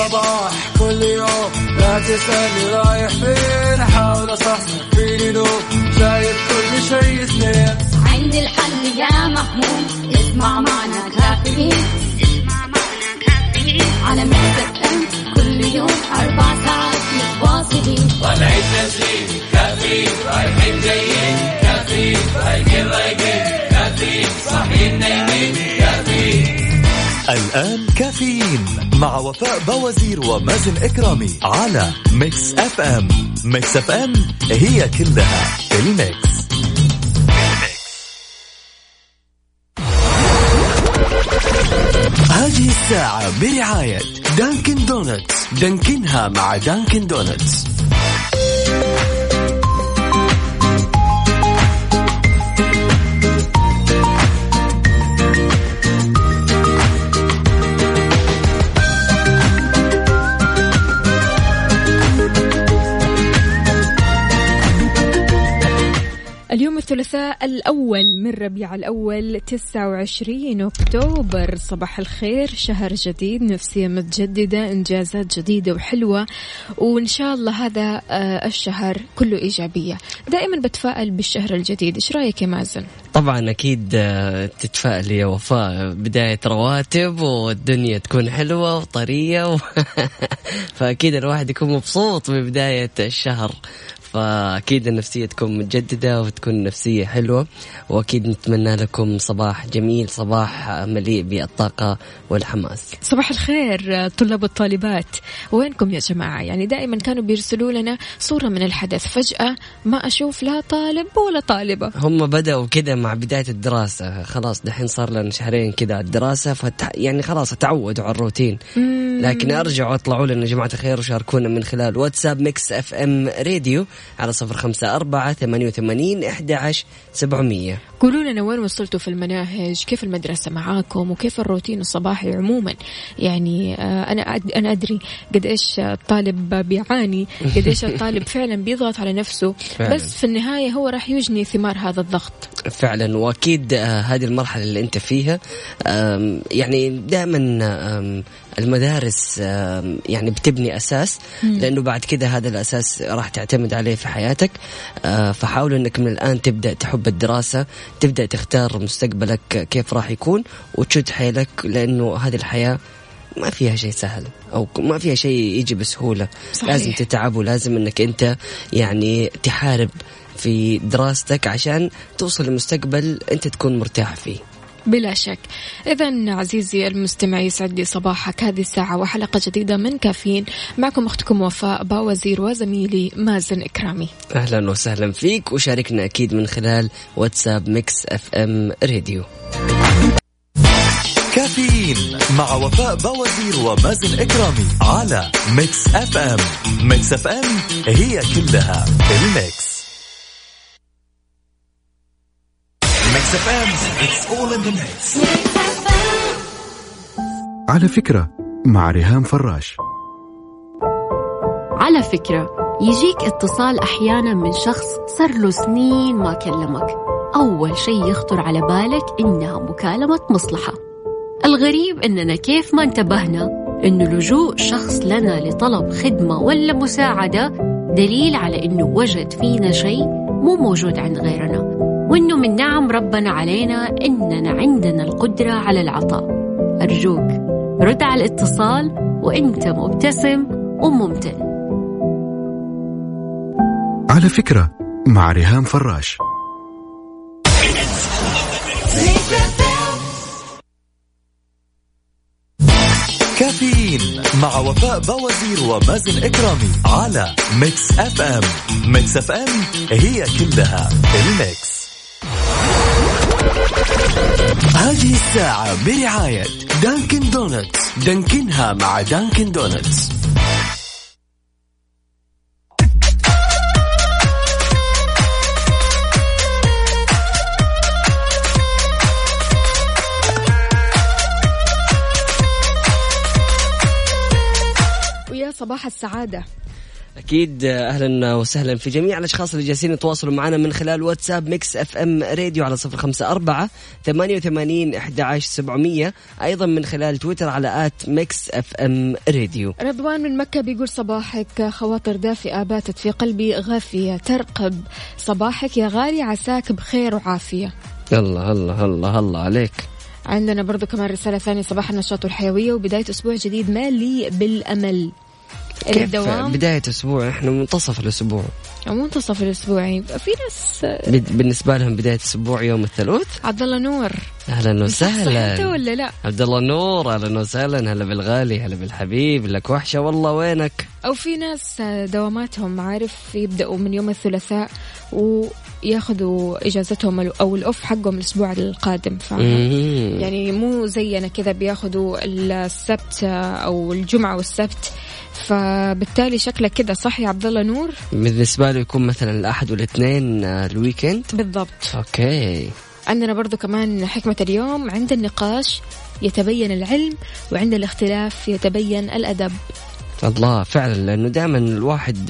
الصباح كل يوم لا تسألني رايح فين أحاول أصحصح فيني لو شايف كل شيء سنين عندي الحل يا محمود اسمع معنا كافيين على مكتب كل يوم 4 ساعات متواصلين طلعت نسرين كافيين رايحين جايين كافيين رايقين رايقين كافيين صاحيين نايمين كافيين. الآن كافيين مع وفاء بوازير ومازن إكرامي على ميكس اف ام. ميكس اف ام هي كلها الميكس. هذه الساعة برعاية دانكن دونتس. دانكنها مع دانكن دونتس. اليوم الثلاثاء الأول من ربيع الأول 29 أكتوبر. صباح الخير، شهر جديد، نفسية متجددة، إنجازات جديدة وحلوة، وإن شاء الله هذا الشهر كله إيجابية. دائما بتفائل بالشهر الجديد. إيش رأيك يا مازن؟ طبعا أكيد تتفائل يا وفاء، بداية رواتب والدنيا تكون حلوة وطرية فأكيد الواحد يكون مبسوط ببداية الشهر، فأكيد النفسية تكون متجددة وتكون نفسية حلوة. وأكيد نتمنى لكم صباح جميل، صباح مليء بالطاقة والحماس. صباح الخير طلاب والطالبات، وينكم يا جماعة؟ يعني دائما كانوا بيرسلوا لنا صورة من الحدث، فجأة ما أشوف لا طالب ولا طالبة. هم بدأوا كده مع بداية الدراسة، خلاص دحين صار لنا شهرين كده الدراسة، يعني خلاص تعودوا على الروتين. لكن أرجعوا اطلعوا لنا جماعة الخير وشاركونا من خلال واتساب ميكس اف ام راديو على 0548811700. قولوا لنا وين وصلتوا في المناهج، كيف المدرسة معاكم، وكيف الروتين الصباحي عموما. يعني أنا أدري قد إيش الطالب بيعاني، قد إيش الطالب فعلا بيضغط على نفسه فعلا. بس في النهاية هو راح يجني ثمار هذا الضغط فعلا. وأكيد هذه المرحلة اللي أنت فيها يعني دائما المدارس يعني بتبني أساس، لأنه بعد كده هذا الأساس راح تعتمد عليه في حياتك. فحاول أنك من الآن تبدأ تحب الدراسة، تبدأ تختار مستقبلك كيف راح يكون وتشد حيلك، لأنه هذه الحياة ما فيها شيء سهل أو ما فيها شيء يجي بسهولة. صحيح. لازم تتعب ولازم أنك أنت يعني تحارب في دراستك عشان توصل لمستقبل أنت تكون مرتاح فيه. بلا شك. إذن عزيزي المستمع، يسعد لي صباحك هذه الساعة وحلقة جديدة من كافيين. معكم أختكم وفاء باوزير وزميلي مازن إكرامي. أهلا وسهلا فيك، وشاركنا أكيد من خلال واتساب ميكس اف ام راديو. كافيين مع وفاء باوزير ومازن إكرامي على ميكس اف ام. ميكس اف ام هي كلها الميكس. ميكس اف ام it's all in the mix. على فكرة مع ريهام فراش. على فكرة يجيك اتصال أحيانا من شخص صار له سنين ما كلمك، أول شيء يخطر على بالك إنها مكالمة مصلحة. الغريب إننا كيف ما انتبهنا إنه لجوء شخص لنا لطلب خدمة ولا مساعدة دليل على إنه وجد فينا شيء مو موجود عند غيرنا، وإنه من نعم ربنا علينا إننا عندنا القدرة على العطاء. أرجوك رد على الاتصال وإنت مبتسم وممتن. على فكرة مع ريهام فراش. كافيين مع وفاء باوزير ومازن إكرامي على ميكس اف ام. ميكس اف ام هي كلها الميكس. هذه الساعة برعاية دانكن دونتس. دانكنها مع دانكن دونتس. ويا صباح السعادة. أكيد أهلا وسهلا في جميع الأشخاص اللي جالسين يتواصلوا معنا من خلال واتساب ميكس اف ام راديو على 0548811700. أيضا من خلال تويتر على @ميكس اف ام راديو. رضوان من مكة بيقول صباحك خواطر دافئة باتت في قلبي غافية ترقب صباحك يا غالي عساك بخير وعافية. الله الله الله الله عليك. عندنا برضو كمان رسالة ثانية صباح النشاط والحيوية وبداية أسبوع جديد مالي بالأمل. الدوام بداية أسبوع، إحنا منتصف الأسبوع أو منتصف الأسبوع. في ناس بالنسبة لهم بداية أسبوع يوم الثلاث. عبد الله نور أهلا وسهلا. ولا لا عبد الله نور أهلا وسهلا. هلا بالغالي هلا بالحبيب لك وحشة والله وينك. أو في ناس دواماتهم عارف يبدأوا من يوم الثلاثاء وياخذوا إجازتهم أو الأوف حقهم الأسبوع القادم يعني مو زينا كذا بياخذوا السبت أو الجمعة والسبت. فبالتالي شكله كده صح يا عبد الله نور. بالنسبة له يكون مثلا الأحد والاثنين الويكند بالضبط. أوكي. عندنا برضو كمان حكمة اليوم عند النقاش يتبين العلم وعند الاختلاف يتبين الأدب. الله فعلا، لأنه دائما الواحد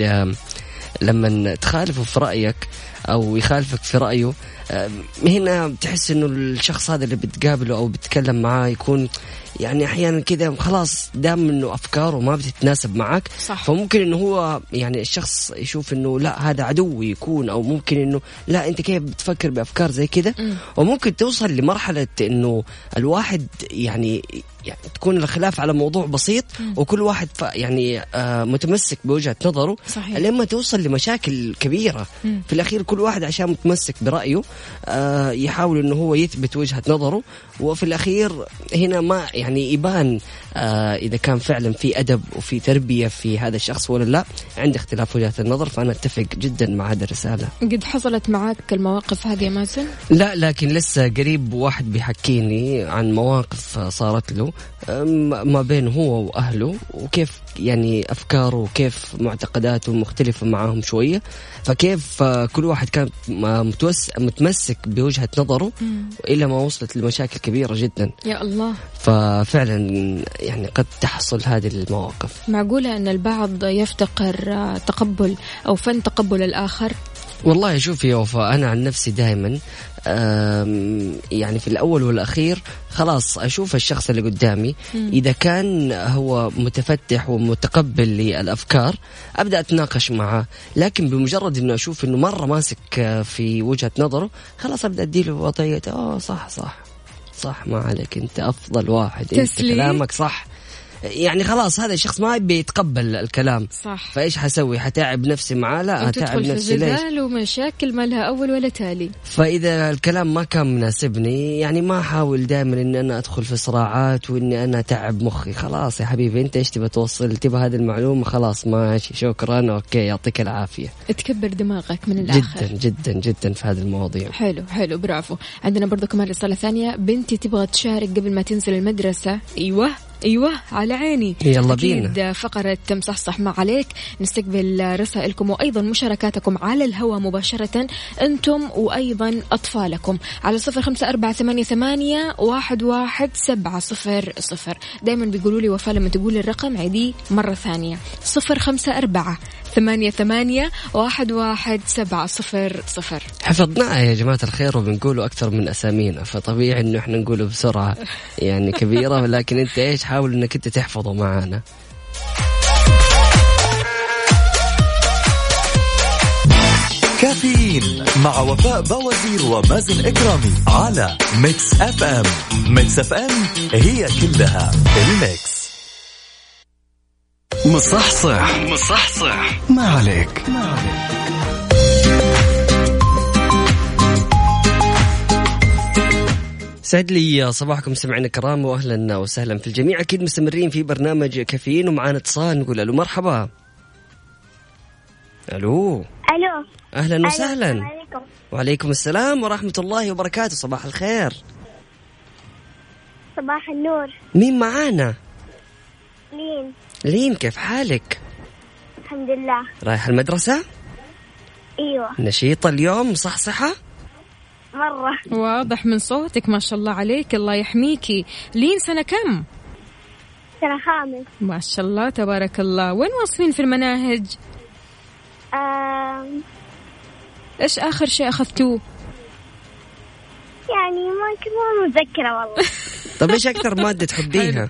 لما تخالفه في رأيك أو يخالفك في رأيه هنا بتحس إنه الشخص هذا اللي بتقابله أو بتتكلم معاه يكون يعني أحيانا كذا خلاص دام إنه أفكاره ما بتتناسب معك. صح. فممكن إنه هو يعني الشخص يشوف إنه لا هذا عدوي يكون، أو ممكن إنه لا أنت كيف بتفكر بأفكار زي كذا. وممكن توصل لمرحلة إنه الواحد يعني تكون الخلاف على موضوع بسيط وكل واحد يعني متمسك بوجهة نظره. صحيح. لما توصل لمشاكل كبيرة في الأخير كل واحد عشان متمسك برأيه يحاول إنه هو يثبت وجهة نظره، وفي الأخير هنا ما يعني يبان إذا كان فعلا في أدب وفي تربية في هذا الشخص ولا لا. عند اختلاف وجهة النظر. فأنا أتفق جدا مع هذه الرسالة. قد حصلت معك المواقف هذه يا مازن؟ لا، لكن لسه قريب واحد بيحكيني عن مواقف صارت له ما بين هو وأهله، وكيف يعني أفكاره وكيف معتقداته مختلفة معاهم شوية، فكيف كل واحد كان متمسك بوجهة نظره إلى ما وصلت لمشاكل كبيرة جدا. يا الله. ففعلا يعني قد تحصل هذه المواقف. معقولة أن البعض يفتقر تقبل أو فن تقبل الآخر؟ والله شوف يا وفاء، أنا عن نفسي دائما يعني في الأول والأخير خلاص أشوف الشخص اللي قدامي إذا كان هو متفتح ومتقبل للأفكار أبدأ أتناقش معه، لكن بمجرد إنه أشوف إنه مرة ماسك في وجهة نظره خلاص أبدأ أديله وضعية صح صح صح ما عليك أنت أفضل واحد أنت كلامك صح. يعني خلاص هذا الشخص ما بيتقبل الكلام. صح. فإيش حسوي؟ حتعب نفسي معاه؟ لا أتعب نفسي ليش؟ جدال ومشاكل ما لها أول ولا تالي. فإذا الكلام ما كان مناسبني يعني ما أحاول دائما إن أنا أدخل في صراعات وإني أنا أتعب مخي. خلاص يا حبيبي أنت إيش تبى توصل؟ تبى هذه المعلومة؟ خلاص ماشي شكرا أوكي يعطيك العافية. تكبر دماغك من الآخر. جدا جدا جدا في هذه المواضيع. حلو حلو برافو. عندنا برضو كمان رسالة ثانية، بنتي تبغى تشارك قبل ما تنزل المدرسة. أيوة على عيني. يلا بينا. فقرة مصحصح ما عليك. نستقبل رسائلكم وأيضا مشاركاتكم على الهواء مباشرة أنتم وأيضا أطفالكم على 0548811700. دايما بيقولوا لي وفاء لما تقول الرقم عيدي مرة ثانية 0548811700. حفظناها يا جماعة الخير وبنقوله أكثر من أسامينا، فطبيعي إنه إحنا نقوله بسرعة يعني كبيرة، لكن أنت إيش حاول إنك أنت تحفظه معانا. كافيين مع وفاء بوازير ومازن إكرامي على ميكس اف ام. ميكس اف ام هي كلها الميكس. مصحصح ما عليك. سعد لي صباحكم سمعنا كرام واهلا وسهلا في الجميع. اكيد مستمرين في برنامج كافيين ومعنا اتصال نقول الو مرحبا. الو اهلا وسهلا. عليكم. وعليكم السلام ورحمة الله وبركاته. صباح الخير. صباح النور. مين معانا؟ لين كيف حالك؟ الحمد لله. رايح المدرسة؟ ايوه. نشيطة اليوم صحصحة؟ مرة. واضح من صوتك ما شاء الله عليك الله يحميكي. لين سنة كم؟ سنة 5. ما شاء الله تبارك الله. وين واصلين في المناهج؟ إيش آخر شيء أخذتوه؟ يعني ما كنت متذكرة والله. طب إيش أكثر مادة تحبيها؟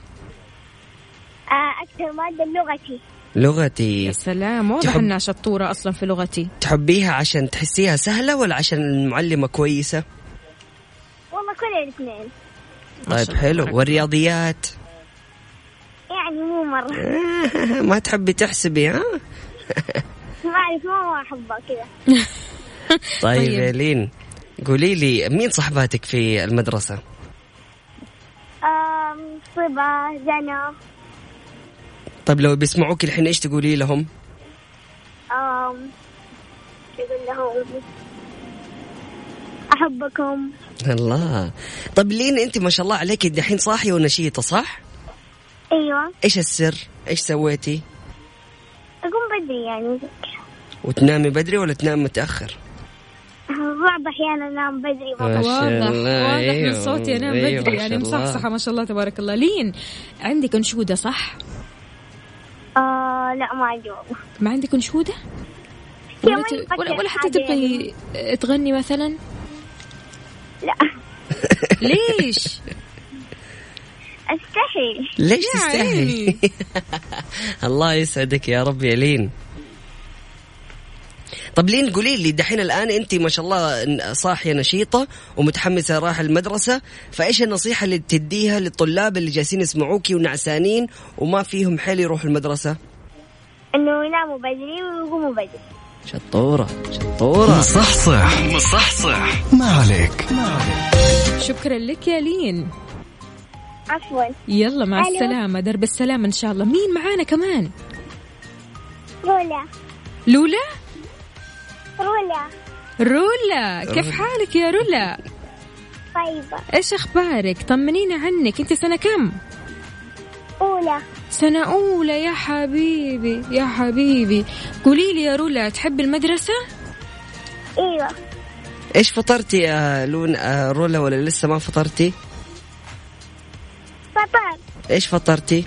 أكثر مادة لغتي. لغتي. يا سلام، واضح أنها شطورة أصلا في لغتي. تحبيها عشان تحسيها سهلة ولا عشان المعلمة كويسة؟ والله كل الاثنين. طيب حلو. والرياضيات؟ يعني مو مرة. ما تحبي تحسبي ها؟ ما أعرف، ما أحبها كذا. طيب يا لين، قولي لي مين صحباتك في المدرسة؟ صبا، زنا. طيب لو بيسمعوك الحين إيش تقولي لهم؟ تقول لهم أحبكم. الله. طب لين أنت ما شاء الله عليك الدحين صاحية ونشيطة صح؟ أيوة. إيش السر؟ إيش سويتي؟ أقوم بدري يعني. وتنامي بدري ولا تنام متأخر؟ بعض أحيانا أنام بدري. واضح من صوتي أنام بدري يعني مصحصحة ما شاء الله تبارك الله. لين عندك أنشودة صح؟ لا ما عندي والله. ما عندك أنشودة؟ ولا حتى تبغي تغني مثلا؟ لا. ليش؟ أستحي. ليش تستحي؟ الله يسعدك يا رب يا لين. طب لين قولي لي دحين الآن أنت ما شاء الله صاحية نشيطة ومتحمسة راح المدرسة، فإيش النصيحة اللي تديها للطلاب اللي جالسين يسمعوكي ونعسانين وما فيهم حيل يروحوا المدرسة؟ إنه يناموا بدري ويقوموا بدري. شطورة شطورة. مصحصح ما عليك. شكرا لك يا لين. عفوا. يلا مع السلامة، درب السلامة إن شاء الله. مين معانا كمان؟ رولا. لولا؟ رولا، كيف رولا. حالك يا رولا؟ طيبة. إيش أخبارك؟ طمنينا عنك. أنت سنة كم؟ أولى. سنة أولى يا حبيبي يا حبيبي. قولي لي يا رولا، تحب المدرسة؟ ايوه. ايش فطرتي يا لون رولا ولا لسه ما فطرتي؟ فطر. ايش فطرتي؟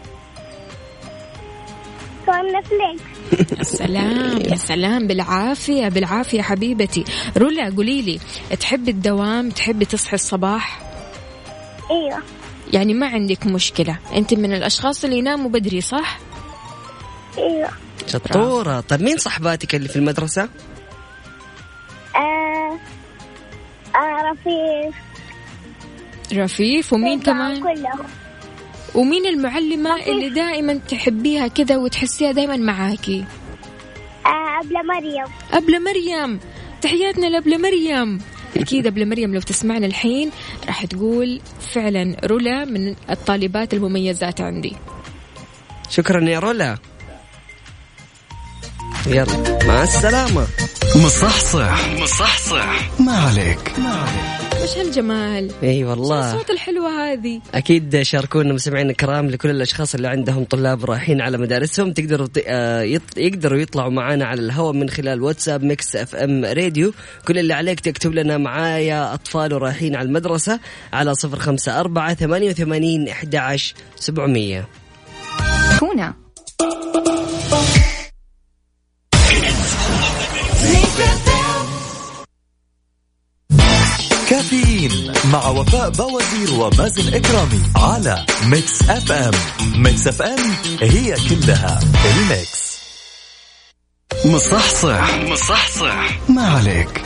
كورن فليكس. يا سلام يا سلام، بالعافية بالعافية حبيبتي. رولا قولي لي، تحبي الدوام؟ تحبي تصحي الصباح؟ ايوه. يعني ما عندك مشكلة، انت من الاشخاص اللي يناموا بدري صح؟ ايوه. شطورة. طيب مين صحباتك اللي في المدرسة؟ رفيف. ومين كمان؟ كلهم. ومين المعلمة اللي دائما تحبيها كذا وتحسيها دائما معاكي؟ أبلة مريم. أبلة مريم، تحياتنا لأبلة مريم. أكيد أبلة مريم لو تسمعنا الحين راح تقول فعلا رولا من الطالبات المميزات عندي. شكرا يا رولا. يلا مع السلامة. مصحصح ما عليك. وش هالجمال. اي والله الصوت الحلوة هذه. اكيد شاركونا مستمعينا الكرام، لكل الاشخاص اللي عندهم طلاب رايحين على مدارسهم يقدروا يطلعوا معنا على الهواء من خلال واتساب ميكس اف ام راديو. كل اللي عليك تكتب لنا معايا اطفال رايحين على المدرسة على 0548811700. هنا كافيين مع وفاء بوازير ومازن إكرامي على ميكس اف ام. ميكس اف ام هي كلها الميكس. مصحصح ما عليك.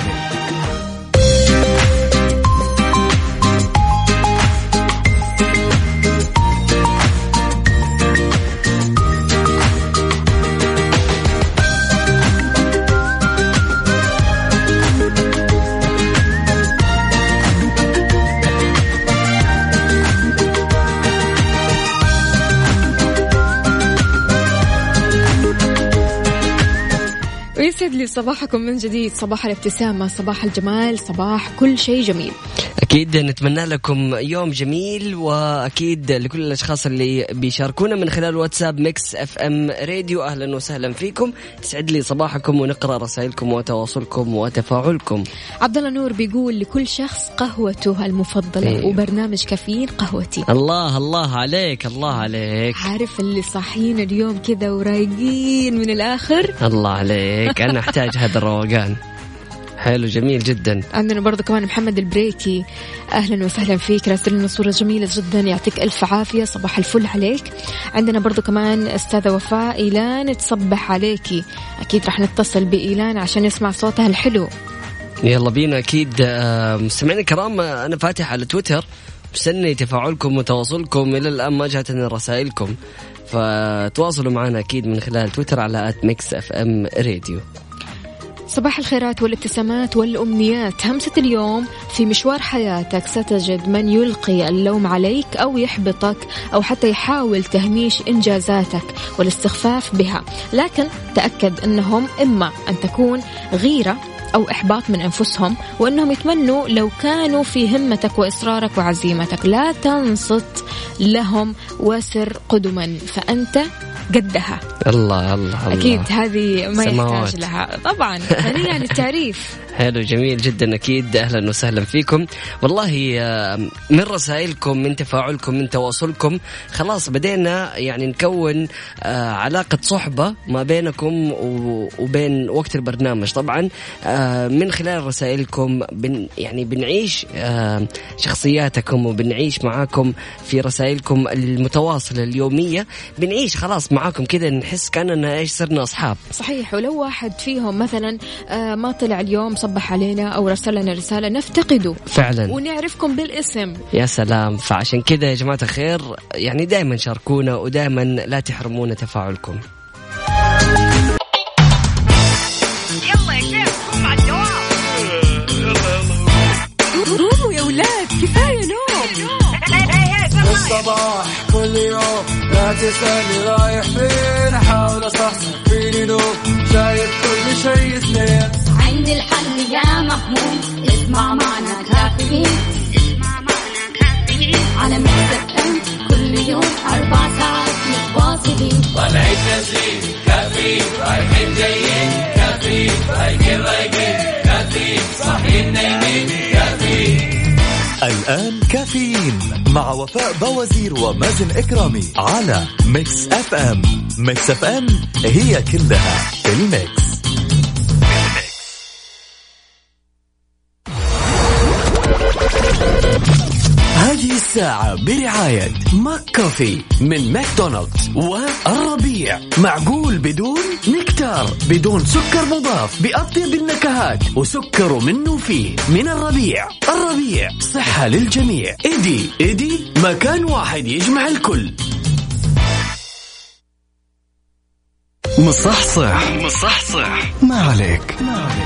ويسعد لي صباحكم من جديد، صباح الابتسامة، صباح الجمال، صباح كل شيء جميل. أكيد نتمنى لكم يوم جميل، وأكيد لكل الأشخاص اللي بيشاركونا من خلال واتساب ميكس اف ام راديو أهلا وسهلا فيكم. تسعد لي صباحكم ونقرأ رسائلكم وتواصلكم وتفاعلكم. عبد الله نور بيقول لكل شخص قهوته المفضلة. أيوه. وبرنامج كافيين قهوتي. الله الله عليك الله عليك. عارف اللي صاحيين اليوم كذا ورايقين من الآخر. الله عليك. أنا أحتاج هذا الروقان. حلو جميل جدا. عندنا برضو كمان محمد البريكي، أهلا وسهلا فيك، راسل لنا صورة جميلة جدا، يعطيك ألف عافية، صباح الفل عليك. عندنا برضو كمان أستاذة وفاء إيلان تصبح عليكي، أكيد رح نتصل بإيلان عشان نسمع صوتها الحلو. يلا بينا أكيد. مستمعين الكرام، أنا فاتح على تويتر مستني تفاعلكم وتواصلكم، إلى الآن ما جاتنا رسائلكم، فتواصلوا معنا أكيد من خلال تويتر على @mixfmradio. صباح الخيرات والابتسامات والأمنيات. همسة اليوم: في مشوار حياتك ستجد من يلقي اللوم عليك أو يحبطك أو حتى يحاول تهميش إنجازاتك والاستخفاف بها، لكن تأكد أنهم إما أن تكون غيرة أو إحباط من أنفسهم، وأنهم يتمنوا لو كانوا في همتك وإصرارك وعزيمتك. لا تنصت لهم وسر قدما، فأنت قدها. الله الله أكيد هذه ما سماوات. يحتاج لها طبعا، خلينا للتعريف. حلو جميل جدا. أكيد أهلا وسهلا فيكم. والله من رسائلكم، من تفاعلكم، من تواصلكم، خلاص بدينا يعني نكون علاقة صحبة ما بينكم وبين وقت البرنامج. طبعا من خلال رسائلكم يعني بنعيش شخصياتكم وبنعيش معاكم في رسائلكم المتواصلة اليومية، بنعيش خلاص معاكم كده، نحس كأننا صرنا أصحاب. صحيح. ولو واحد فيهم مثلا ما طلع اليوم صبح علينا أو رسل لنا رسالة، نفتقده فعلا ونعرفكم بالاسم. يا سلام. فعشان كده يا جماعة الخير يعني دائما شاركونا ودائما لا تحرمونا تفاعلكم. يلا يا شيخ قوم على الدوام. قوموا يا ولاد، كفاية نوم. الصباح كل يوم لا تسألني رايح فين، أحاول أصحصح فيني نوم، شايف كل شيء سنين. عندي الحل يا محمود، اسمع معنا كافيين، اسمع معنا كافيين على مكتب كل يوم 4 ساعات متواصلين. طلعت تسليم كافيين، رايحين جايين كافيين، رايقين رايقين كافيين، صاحيين نايمين كافيين. الآن كافيين مع وفاء بوازير ومازن إكرامي على ميكس اف ام. ميكس اف ام هي كلها في الميكس. هذه الساعة برعاية ماك كوفي من ماكدونالدز والربيع. معقول بدون نكتار، بدون سكر مضاف، بأطيب النكهات وسكر منه فيه. من الربيع. الربيع صحة للجميع. إيدي مكان واحد يجمع الكل. مصحصح ما عليك.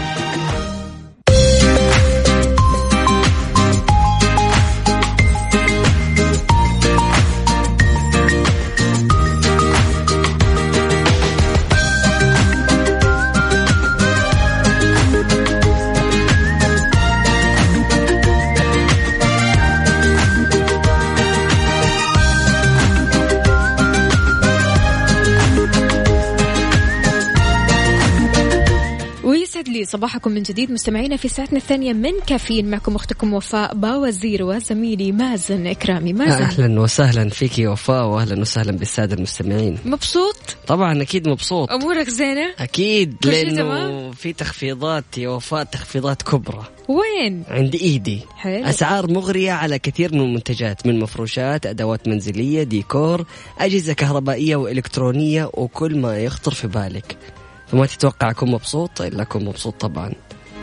لي صباحكم من جديد مستمعينا في ساعتنا الثانية من كافيين. معكم أختكم وفاء باوزير وزميلي مازن إكرامي. مازن أهلا وسهلا فيك وفاء، وأهلا وسهلا بالسادة المستمعين. مبسوط؟ طبعا أكيد مبسوط. أمورك زينة؟ أكيد، لأنه في تخفيضات يا وفاء، تخفيضات كبرى. وين؟ عند إيدي. حلو. أسعار مغرية على كثير من المنتجات، من مفروشات، أدوات منزلية، ديكور، أجهزة كهربائية وإلكترونية، وكل ما يخطر في بالك. فما تتوقع أكون مبسوط إلا أكون مبسوط طبعا.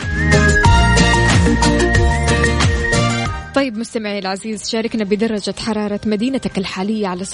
طيب مستمعي العزيز، شاركنا بدرجة حرارة مدينتك الحالية على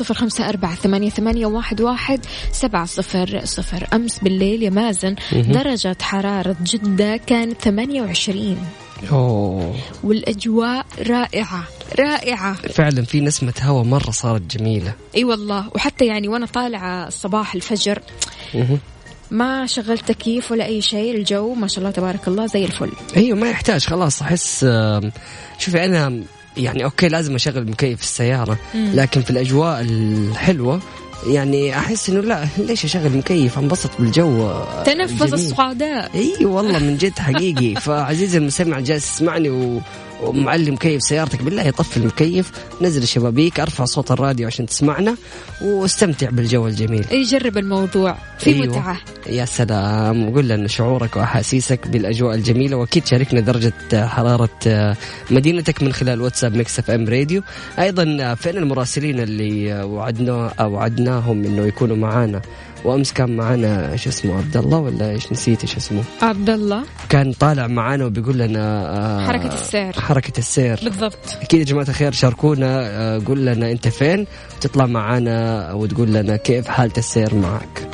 0548811700. أمس بالليل يا مازن درجة حرارة جدة كانت 28. أوه. والأجواء رائعة رائعة فعلا، في نسمة هواء مرة صارت جميلة. أي والله. وحتى يعني وأنا طالعة الصباح الفجر ما شغلت تكييف ولا أي شيء، الجو ما شاء الله تبارك الله زي الفل. أيوة ما يحتاج، خلاص أحس. شوفي أنا يعني أوكي لازم أشغل مكيف في السيارة، لكن في الأجواء الحلوة يعني أحس إنه لا، ليش أشغل مكيف؟ أنبسط بالجو، تنفس الصعداء. أي والله من جد حقيقي. فعزيزي المستمع جالس تسمعني ومعلي مكيف سيارتك بالله يطفي المكيف، نزل الشبابيك، ارفع صوت الراديو عشان تسمعنا واستمتع بالجو الجميل. يجرب الموضوع في متعة. يا سلام، وقول لنا شعورك وأحاسيسك بالأجواء الجميلة، وأكيد شاركنا درجة حرارة مدينتك من خلال واتساب ميكس اف ام راديو. أيضا فين المراسلين اللي وعدناهم إنه يكونوا معانا؟ وأمس كان معانا إيش اسمه، عبد الله ولا إيش نسيت إيش اسمه؟ عبد الله كان طالع معانا وبيقول لنا حركة السير بالضبط. أكيد يا جماعة الخير شاركونا، قول لنا أنت فين وتطلع معانا وتقول لنا كيف حالة السير معك.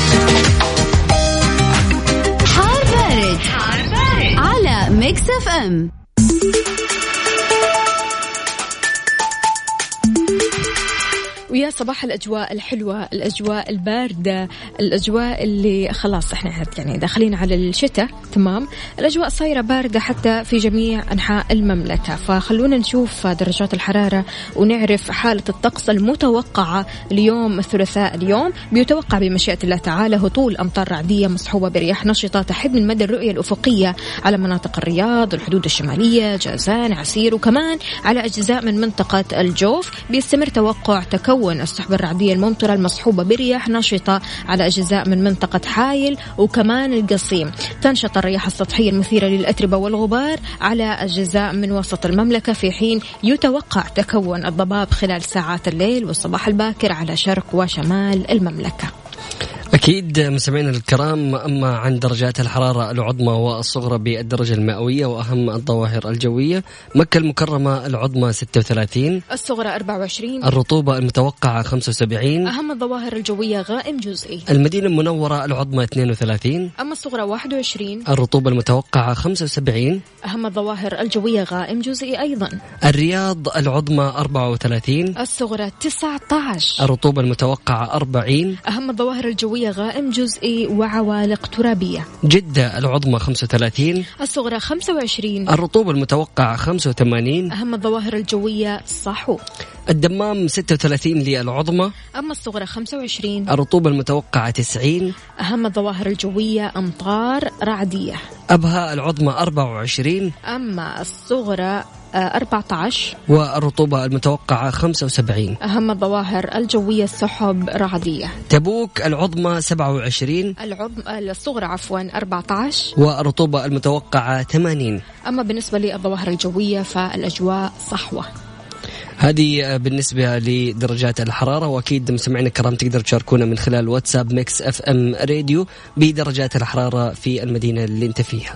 حار بارد على ميكس اف ام. ويا صباح الأجواء الحلوة، الأجواء الباردة، الأجواء اللي خلاص احنا يعني داخلين على الشتاء. تمام، الأجواء صايرة باردة حتى في جميع أنحاء المملكة. فخلونا نشوف درجات الحرارة ونعرف حالة الطقس المتوقعة اليوم الثلاثاء. اليوم بيتوقع بمشيئة الله تعالى هطول أمطار رعدية مصحوبة برياح نشطة تحد من مدى الرؤية الأفقية على مناطق الرياض، الحدود الشمالية، جازان، عسير، وكمان على أجزاء من منطقة الجوف. بيستمر توقع تكون السحب الرعدية الممطرة المصحوبة برياح نشطة على أجزاء من منطقة حايل وكمان القصيم. تنشط الرياح السطحية المثيرة للأتربة والغبار على أجزاء من وسط المملكة، في حين يتوقع تكون الضباب خلال ساعات الليل والصباح الباكر على شرق وشمال المملكة. أكيد مستمعينا الكرام، أما عن درجات الحرارة العظمى والصغرى بالدرجة المئوية وأهم الظواهر الجوية: مكة المكرمة العظمى 36، الصغرى 24، الرطوبة المتوقعة 75، أهم الظواهر الجوية غائم جزئي. المدينة المنورة العظمى 32، أما الصغرى 21، الرطوبة المتوقعة 75، أهم الظواهر الجوية غائم جزئي أيضا. الرياض العظمى 34، الصغرى 19، الرطوبة المتوقعة 40، أهم الظواهر الجوية غائم جزئي وعوالق ترابية. جدة العظمى 35، الصغرى 25، الرطوبة المتوقعة 85، أهم الظواهر الجوية صحو. الدمام 36 للعظمى، أما الصغرى 25، الرطوبة المتوقعة 90، أهم الظواهر الجوية أمطار رعدية. أبها العظمى 24، أما الصغرى 14، والرطوبة المتوقعة 75، أهم الظواهر الجوية سحب رعدية. تبوك العظمى 27، الصغرى 14، والرطوبة المتوقعة 80. أما بالنسبة للظواهر الجوية فالأجواء صحوة. هذه بالنسبة لدرجات الحرارة. وأكيد مستمعينا الكرام تقدر تشاركونا من خلال واتساب ميكس اف ام راديو بدرجات الحرارة في المدينة اللي انت فيها.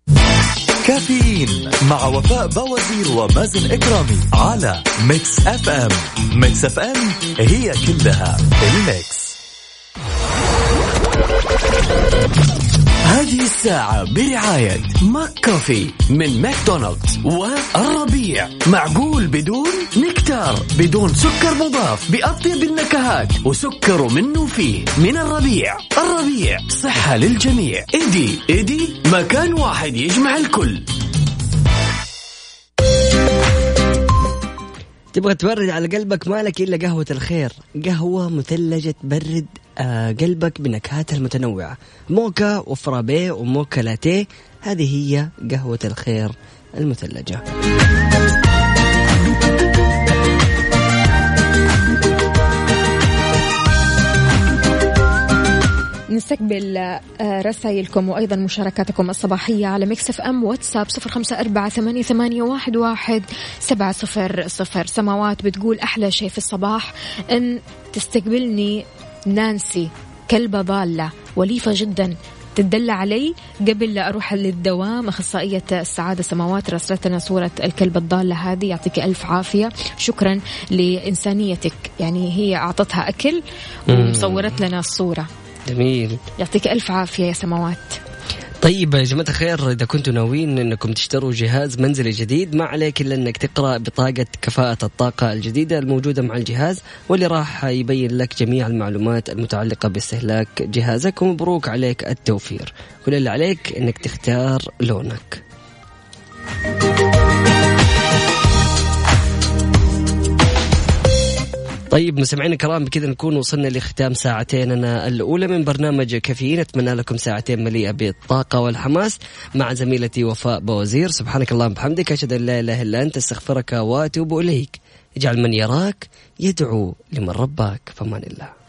كافيين مع وفاء بوازير ومازن إكرامي على ميكس اف ام. ميكس اف ام هي كلها الميكس. هذه الساعة برعاية ماك كوفي من ماكدونالدز والربيع. معقول بدون نكتار، بدون سكر مضاف، بأطيب النكهات وسكر منه فيه. من الربيع صحة للجميع. إيدي مكان واحد يجمع الكل. تبغى تبرد على قلبك؟ مالك إلا قهوة الخير، قهوة مثلجة تبرد قلبك بنكهاتها المتنوعة، موكا وفرابيه وموكا لاتيه. هذه هي قهوة الخير المثلجة. نستقبل رسائلكم وأيضا مشاركاتكم الصباحية على ميكس اف ام واتساب 0548811700. سماوات بتقول أحلى شيء في الصباح أن تستقبلني نانسي، كلبة ضالة وليفة جدا، تدلع علي قبل لا أروح للدوام. أخصائية السعادة سماوات رسلتنا صورة الكلبة الضالة هذه، يعطيك ألف عافية. شكرا لإنسانيتك، يعني هي أعطتها أكل ومصورت لنا الصورة. جميل، يعطيك ألف عافية يا سماوات. طيب يا جماعة الخير، إذا كنتوا ناويين أنكم تشتروا جهاز منزلي جديد، ما عليك إلا أنك تقرأ بطاقة كفاءة الطاقة الجديدة الموجودة مع الجهاز، واللي راح يبين لك جميع المعلومات المتعلقة باستهلاك جهازك. ومبروك عليك التوفير. كل اللي عليك أنك تختار لونك. طيب مستمعينا الكرام، بكذا نكون وصلنا لختام ساعتين الأولى من برنامج كافيين. أتمنى لكم ساعتين مليئة بالطاقة والحماس مع زميلتي وفاء بوزير. سبحانك اللهم وبحمدك، أشهد أن لا إله إلا أنت، استغفرك وأتوب إليك. اجعل من يراك يدعو لمن رباك. فمان الله.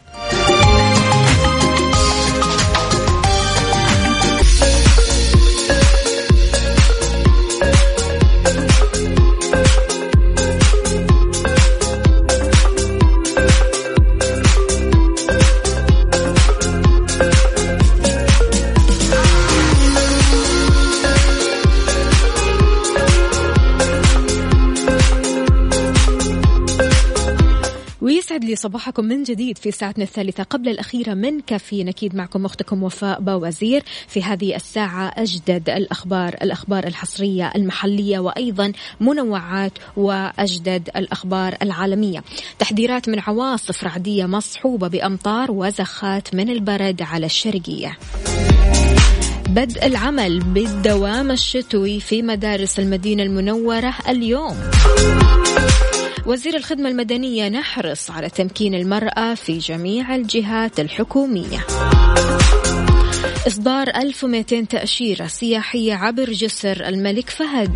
ويسعد لي صباحكم من جديد في ساعتنا الثالثة قبل الأخيرة من كافيين. أكيد معكم أختكم وفاء بوزير في هذه الساعة. أجدد الأخبار الحصرية المحلية، وأيضا منوعات وأجدد الأخبار العالمية. تحذيرات من عواصف رعدية مصحوبة بأمطار وزخات من البرد على الشرقية. بدء العمل بالدوام الشتوي في مدارس المدينة المنورة اليوم. وزير الخدمة المدنية: نحرص على تمكين المرأة في جميع الجهات الحكومية. إصدار 1200 تأشيرة سياحية عبر جسر الملك فهد.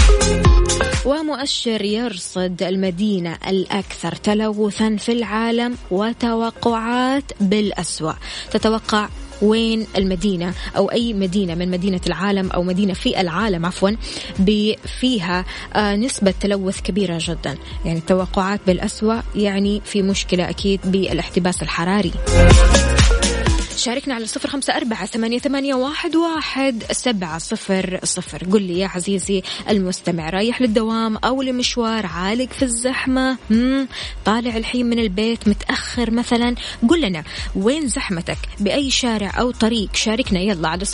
ومؤشر يرصد المدينة الأكثر تلوثا في العالم وتوقعات بالأسوأ. تتوقع وين المدينة أو أي مدينة من مدينة العالم أو مدينة في العالم عفوا فيها نسبة تلوث كبيرة جدا؟ يعني التوقعات بالأسوأ، يعني في مشكلة أكيد بالاحتباس الحراري. شاركنا على 0548811700. قل لي يا عزيزي المستمع، رايح للدوام أو لمشوار، عالق في الزحمة، طالع الحين من البيت متأخر مثلا، قل لنا وين زحمتك، بأي شارع أو طريق. شاركنا يلا على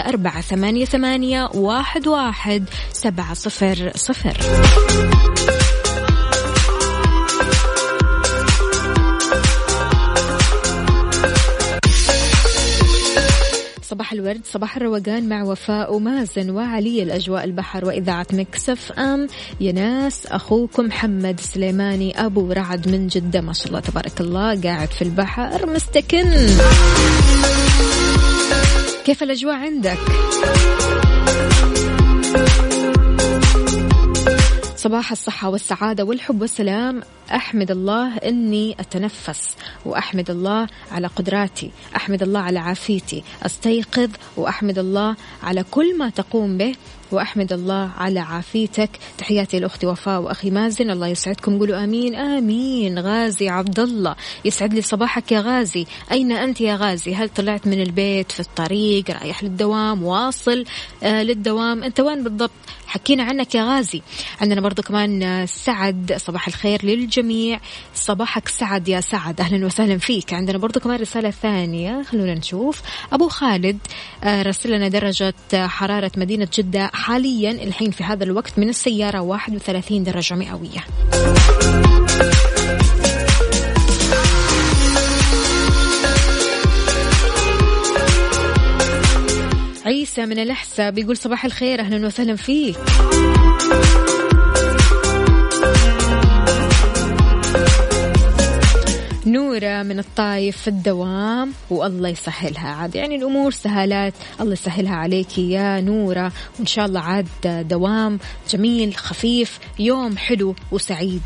0548811700. صباح الورد، صباح الروقان مع وفاء ومازن وعلي. الأجواء البحر وإذاعة مكس اف ام. يا ناس أخوكم محمد سليماني أبو رعد من جدة، ما شاء الله تبارك الله، قاعد في البحر مستكن. كيف الأجواء عندك؟ صباح الصحة والسعادة والحب والسلام. أحمد الله أني أتنفس، وأحمد الله على قدراتي، أحمد الله على عافيتي، أستيقظ وأحمد الله على كل ما تقوم به، وأحمد الله على عافيتك. تحياتي لأختي وفاء وأخي مازن، الله يسعدكم، قولوا آمين آمين. غازي عبد الله: يسعد لي صباحك يا غازي. أين أنت يا غازي؟ هل طلعت من البيت، في الطريق، رايح للدوام، واصل للدوام؟ أنت وين بالضبط؟ حكينا عنك يا غازي. عندنا برضو كمان سعد، صباح الخير للجميع، صباحك سعد يا سعد، أهلا وسهلا فيك. عندنا برضو كمان رسالة ثانية، خلونا نشوف. أبو خالد رسل لنا درجة حرارة مدينة جدة حاليا الحين في هذا الوقت من السيارة 31 درجة مئوية. عيسى من الأحساء بيقول صباح الخير، أهلا وسهلا فيك. نورة من الطايف في الدوام، والله يسهلها عاد، يعني الأمور سهالات، الله يسهلها عليك يا نورة، وإن شاء الله عاد دوام جميل خفيف، يوم حلو وسعيد.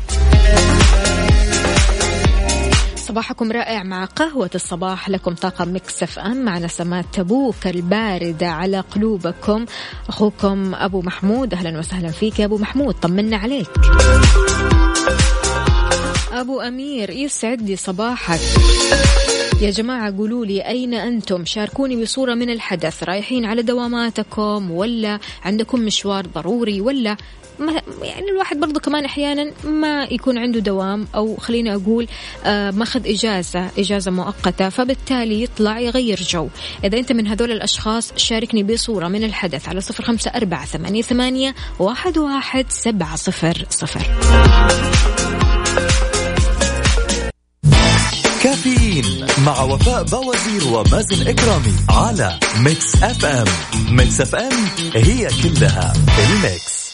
صباحكم رائع مع قهوة الصباح، لكم طاقة ميكس اف ام مع نسمات تبوك الباردة على قلوبكم. أخوكم أبو محمود، أهلا وسهلا فيك يا أبو محمود، طمنا عليك. أبو أمير، يسعد لي صباحك. يا جماعة قولوا لي أين أنتم، شاركوني بصورة من الحدث، رايحين على دواماتكم ولا عندكم مشوار ضروري، ولا يعني الواحد برضو كمان أحيانا ما يكون عنده دوام، أو خليني أقول ماخذ إجازة مؤقتة، فبالتالي يطلع يغير جو. إذا أنت من هذول الأشخاص شاركني بصورة من الحدث على 0548811700. كافيين مع وفاء بوزير ومازن إكرامي على ميكس اف ام. ميكس اف ام هي كلها الميكس.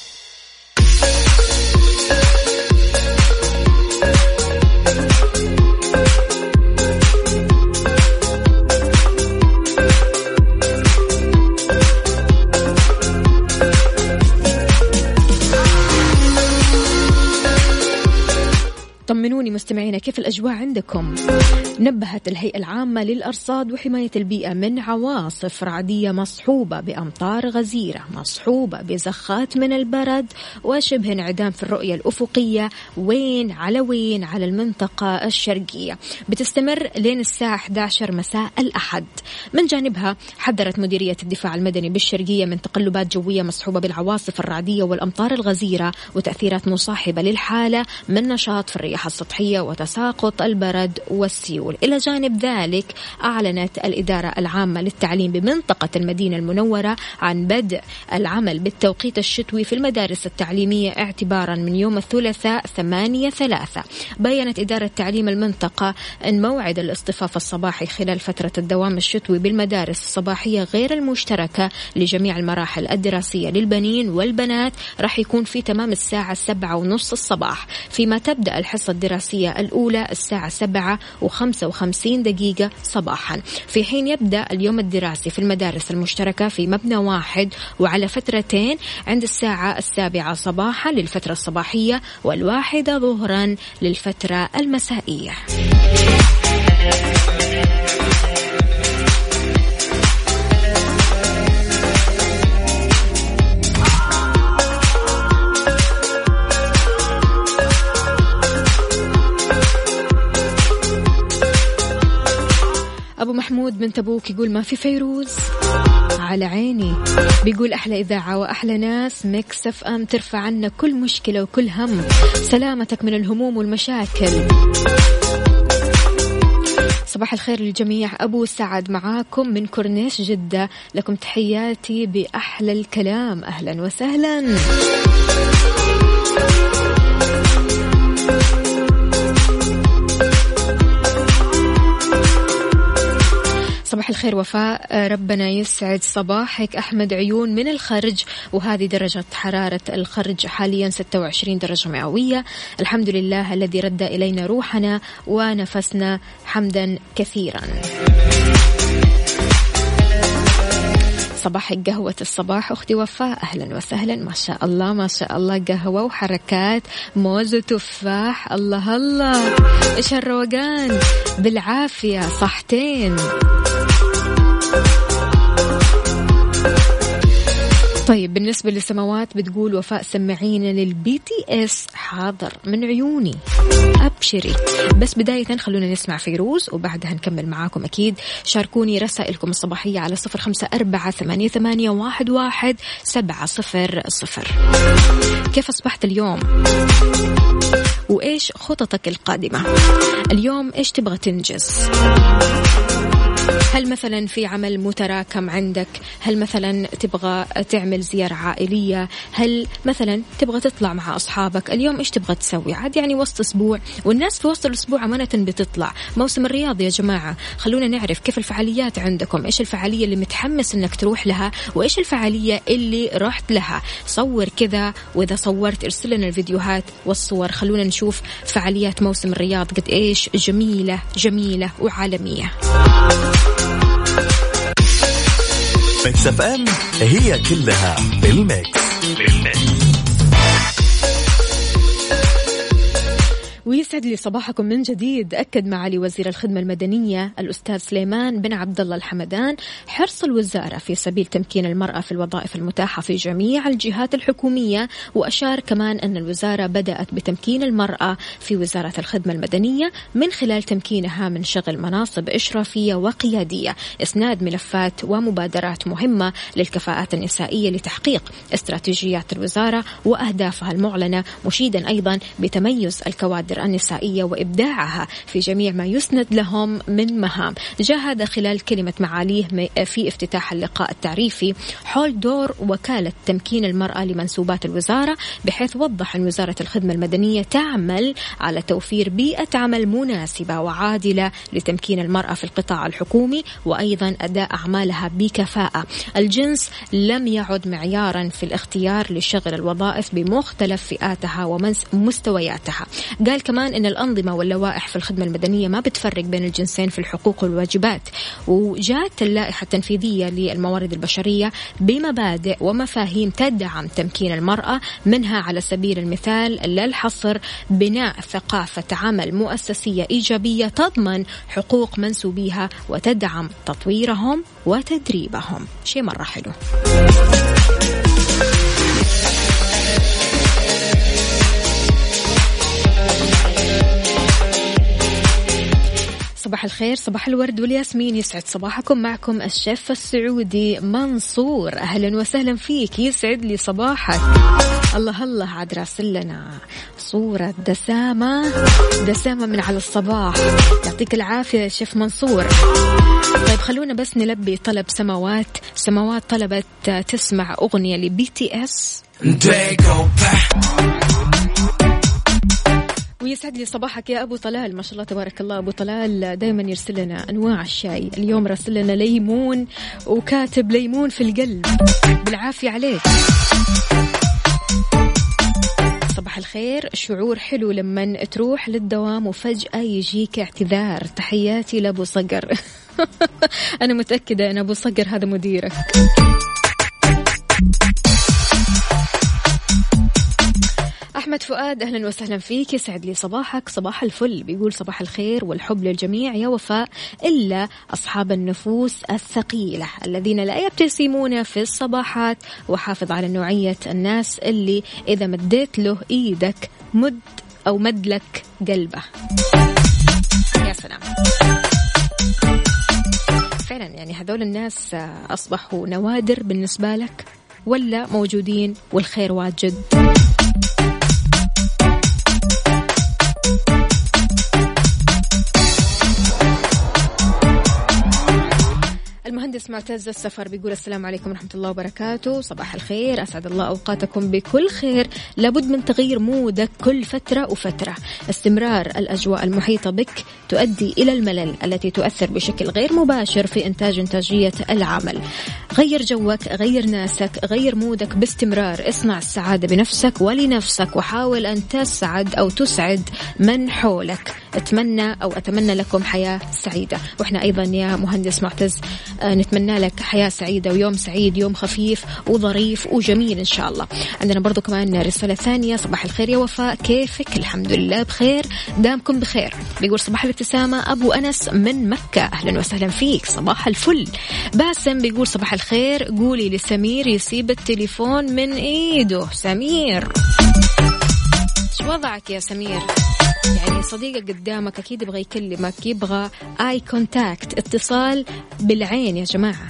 مستمعينا كيف الأجواء عندكم؟ نبهت الهيئة العامة للأرصاد وحماية البيئة من عواصف رعدية مصحوبة بأمطار غزيرة مصحوبة بزخات من البرد وشبه انعدام في الرؤية الأفقية. وين على المنطقة الشرقية، بتستمر لين الساعة 11 مساء الأحد. من جانبها حذرت مديرية الدفاع المدني بالشرقية من تقلبات جوية مصحوبة بالعواصف الرعدية والأمطار الغزيرة وتأثيرات مصاحبة للحالة من نشاط في الرياح السطحية وتساقط البرد والسيول. إلى جانب ذلك أعلنت الإدارة العامة للتعليم بمنطقة المدينة المنورة عن بدء العمل بالتوقيت الشتوي في المدارس التعليمية اعتبارا من يوم الثلاثاء 8/3. بيّنت إدارة تعليم المنطقة أن موعد الاصطفاف الصباحي خلال فترة الدوام الشتوي بالمدارس الصباحية غير المشتركة لجميع المراحل الدراسية للبنين والبنات راح يكون في تمام الساعة 7:30 الصباح، فيما تبدأ الحصة الدراسية الأولى الساعة 7:55 صباحا، في حين يبدأ اليوم الدراسي في المدارس المشتركة في مبنى واحد وعلى فترتين عند الساعة 7 صباحا للفترة الصباحية و1 ظهرا للفترة المسائية. أبو محمود من تبوك يقول ما في فيروز على عيني، بيقول أحلى إذاعة وأحلى ناس ميكس اف ام ترفع عنا كل مشكلة وكل هم، سلامتك من الهموم والمشاكل. صباح الخير للجميع، أبو سعد معاكم من كورنيش جدة، لكم تحياتي بأحلى الكلام، أهلا وسهلا. صباح الخير وفاء، ربنا يسعد صباحك. أحمد عيون من الخرج، وهذه درجة حرارة الخرج حاليا 26 درجة مئوية. الحمد لله الذي رد إلينا روحنا ونفسنا حمدا كثيرا. صباحك قهوة الصباح أختي وفاء، أهلا وسهلا. ما شاء الله ما شاء الله، قهوة وحركات موز وتفاح، الله الله إيش هالروقان، بالعافية صحتين. طيب بالنسبة للسماوات بتقول وفاء سمعينا للبي تي اس، حاضر من عيوني أبشري. بس بداية خلونا نسمع فيروز وبعدها نكمل معاكم أكيد. شاركوني رسائلكم الصباحية على 0548811700. كيف أصبحت اليوم؟ وإيش خططك القادمة اليوم؟ إيش تبغى تنجز؟ هل مثلا في عمل متراكم عندك؟ هل مثلا تبغى تعمل زيارة عائلية؟ هل مثلا تبغى تطلع مع أصحابك؟ اليوم إيش تبغى تسوي؟ عاد يعني وسط أسبوع، والناس في وسط الأسبوع أمانة بتطلع. موسم الرياض يا جماعة، خلونا نعرف كيف الفعاليات عندكم، إيش الفعالية اللي متحمس إنك تروح لها، وإيش الفعالية اللي رحت لها. صور كذا، وإذا صورت ارسل لنا الفيديوهات والصور، خلونا نشوف فعاليات موسم الرياض قد إيش جميلة جميلة وعالمية. ميكس اف ام هي كلها بالميكس. ويسعد لي صباحكم من جديد. أكد معالي وزير الخدمة المدنية الأستاذ سليمان بن عبد الله الحمدان حرص الوزارة في سبيل تمكين المرأة في الوظائف المتاحة في جميع الجهات الحكومية، وأشار كمان أن الوزارة بدأت بتمكين المرأة في وزارة الخدمة المدنية من خلال تمكينها من شغل مناصب إشرافية وقيادية، إسناد ملفات ومبادرات مهمة للكفاءات النسائية لتحقيق استراتيجيات الوزارة وأهدافها المعلنة، مشيدا أيضا بتميز الكوادر النسائية وإبداعها في جميع ما يسند لهم من مهام. جاء هذا خلال كلمة معاليه في افتتاح اللقاء التعريفي حول دور وكالة تمكين المرأة لمنسوبات الوزارة، بحيث وضح أن وزارة الخدمة المدنية تعمل على توفير بيئة عمل مناسبة وعادلة لتمكين المرأة في القطاع الحكومي، وأيضا أداء أعمالها بكفاءة. الجنس لم يعد معيارا في الاختيار لشغل الوظائف بمختلف فئاتها ومستوياتها. قال كمان كمان أن الأنظمة واللوائح في الخدمة المدنية ما بتفرق بين الجنسين في الحقوق والواجبات، وجاءت اللائحة التنفيذية للموارد البشرية بمبادئ ومفاهيم تدعم تمكين المرأة، منها على سبيل المثال لا الحصر بناء ثقافة عمل مؤسسية إيجابية تضمن حقوق منسوبيها وتدعم تطويرهم وتدريبهم. شيء مرة حلو. صباح الخير، صباح الورد والياسمين، يسعد صباحكم. معكم الشيف السعودي منصور، أهلا وسهلا فيك، يسعد لي صباحك. الله الله، عاد راسلنا صورة دسامة من على الصباح، يعطيك العافية يا شيف منصور. طيب خلونا بس نلبي طلب سماوات طلبت تسمع أغنية لBTS. ويسعد لي صباحك يا أبو طلال، ما شاء الله تبارك الله. أبو طلال دايما يرسل لنا أنواع الشاي، اليوم رسل لنا ليمون وكاتب ليمون في القلب، بالعافية عليك. صباح الخير، شعور حلو لما تروح للدوام وفجأة يجيك اعتذار، تحياتي لأبو صقر. أنا متأكدة أن أبو صقر هذا مديرك. أحمد فؤاد، أهلا وسهلا فيك، يسعد لي صباحك، صباح الفل. بيقول صباح الخير والحب للجميع يا وفاء، إلا أصحاب النفوس الثقيلة الذين لا يبتسمون في الصباحات، وحافظ على نوعية الناس اللي إذا مديت له إيدك مد لك قلبه. يا سلام، فعلا يعني هذول الناس أصبحوا نوادر بالنسبة لك ولا موجودين والخير واجد؟ المهندس معتز السفر بيقول السلام عليكم ورحمة الله وبركاته. صباح الخير، أسعد الله أوقاتكم بكل خير. لابد من تغيير مودك كل فترة وفترة. استمرار الأجواء المحيطة بك تؤدي إلى الملل التي تؤثر بشكل غير مباشر في إنتاجية العمل. غير جوك، غير ناسك، غير مودك باستمرار. اصنع السعادة بنفسك ولنفسك، وحاول أن تسعد أو تسعد من حولك. أتمنى لكم حياة سعيدة. وإحنا أيضا يا مهندس معتز نتمنى لك حياة سعيدة ويوم سعيد، يوم خفيف وظريف وجميل إن شاء الله. عندنا برضو كمان رسالة ثانية. صباح الخير يا وفاء، كيفك؟ الحمد لله بخير، دامكم بخير. بيقول صباح الابتسامة أبو أنس من مكة، أهلا وسهلا فيك، صباح الفل. باسم بيقول صباح الخير، قولي لسمير يسيب التليفون من إيده. سمير، شو وضعك يا سمير؟ يعني صديقك قدامك أكيد يبغى يكلمك، يبغى آي كونتاكت، اتصال بالعين يا جماعة.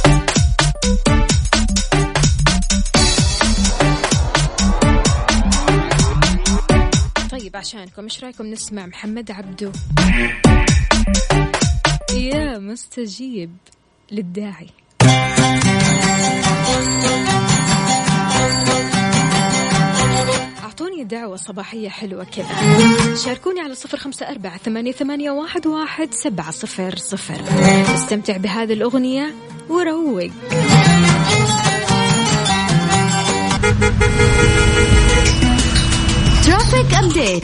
طيب عشانكم إيش رأيكم نسمع محمد عبدو يا مستجيب للداعي؟ أعطوني دعوة صباحية حلوة كذا، شاركوني على 0548811700. استمتع بهذه الأغنية وروق. ترافيك أبديت.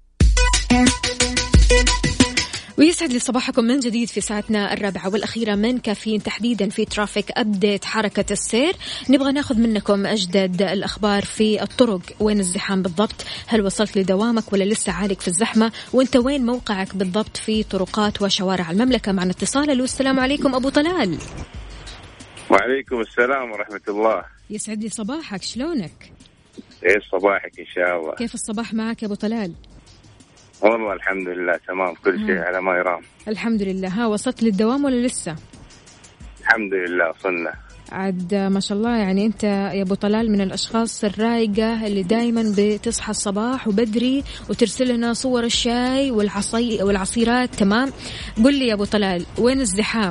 ويسعد لي صباحكم من جديد في ساعتنا الرابعة والأخيرة من كافيين، تحديدا في ترافيك أبديت حركة السير. نبغى ناخذ منكم أجدد الأخبار في الطرق، وين الزحام بالضبط؟ هل وصلت لدوامك ولا لسه عالق في الزحمة؟ وانت وين موقعك بالضبط في طرقات وشوارع المملكة؟ معنا اتصال. السلام عليكم أبو طلال. وعليكم السلام ورحمة الله. يسعد لي صباحك، شلونك؟ ايه صباحك إن شاء الله. كيف الصباح معك يا أبو طلال؟ والله الحمد لله تمام، كل شيء على ما يرام. الحمد لله. ها وصلت للدوام ولا لسه؟ الحمد لله وصلنا. عاد ما شاء الله، يعني أنت يا أبو طلال من الأشخاص الرايقة اللي دايما بتصحى الصباح وبدري وترسل لنا صور الشاي والعصيرات. تمام، قل لي يا أبو طلال وين الزحام؟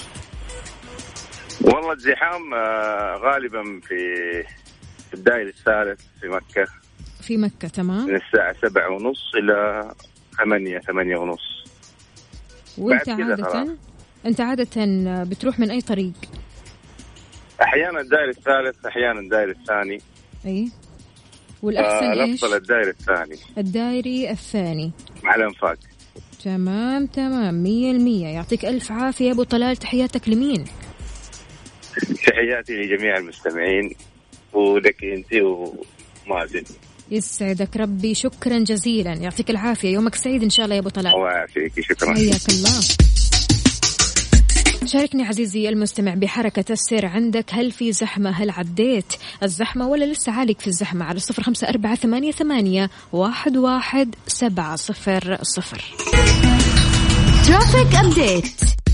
والله الزحام غالبا في الدائري الثالث في مكة. في مكة تمام، من الساعة 7:30 إلى 8:30. وانت عادة بتروح من أي طريق؟ أحيانا الدائري الثالث، أحيانا الدائري الثاني. أي، والأحسن إيش؟ الأفضل الدائري الثاني. الدائري الثاني مع الأنفاق. تمام 100%. يعطيك ألف عافية أبو طلال. تحياتك لمين؟ تحياتي لجميع المستمعين ولك أنت ومازن. يسعدك ربي، شكرا جزيلا، يعطيك العافية، يومك سعيد إن شاء الله يا أبو طلال. الله يعافيك، شكرا. حياك الله. شاركني عزيزي المستمع بحركة السير عندك، هل في زحمة؟ هل عديت الزحمة ولا لسه عالق في الزحمة؟ على 0548811700. ترافيك أبديت.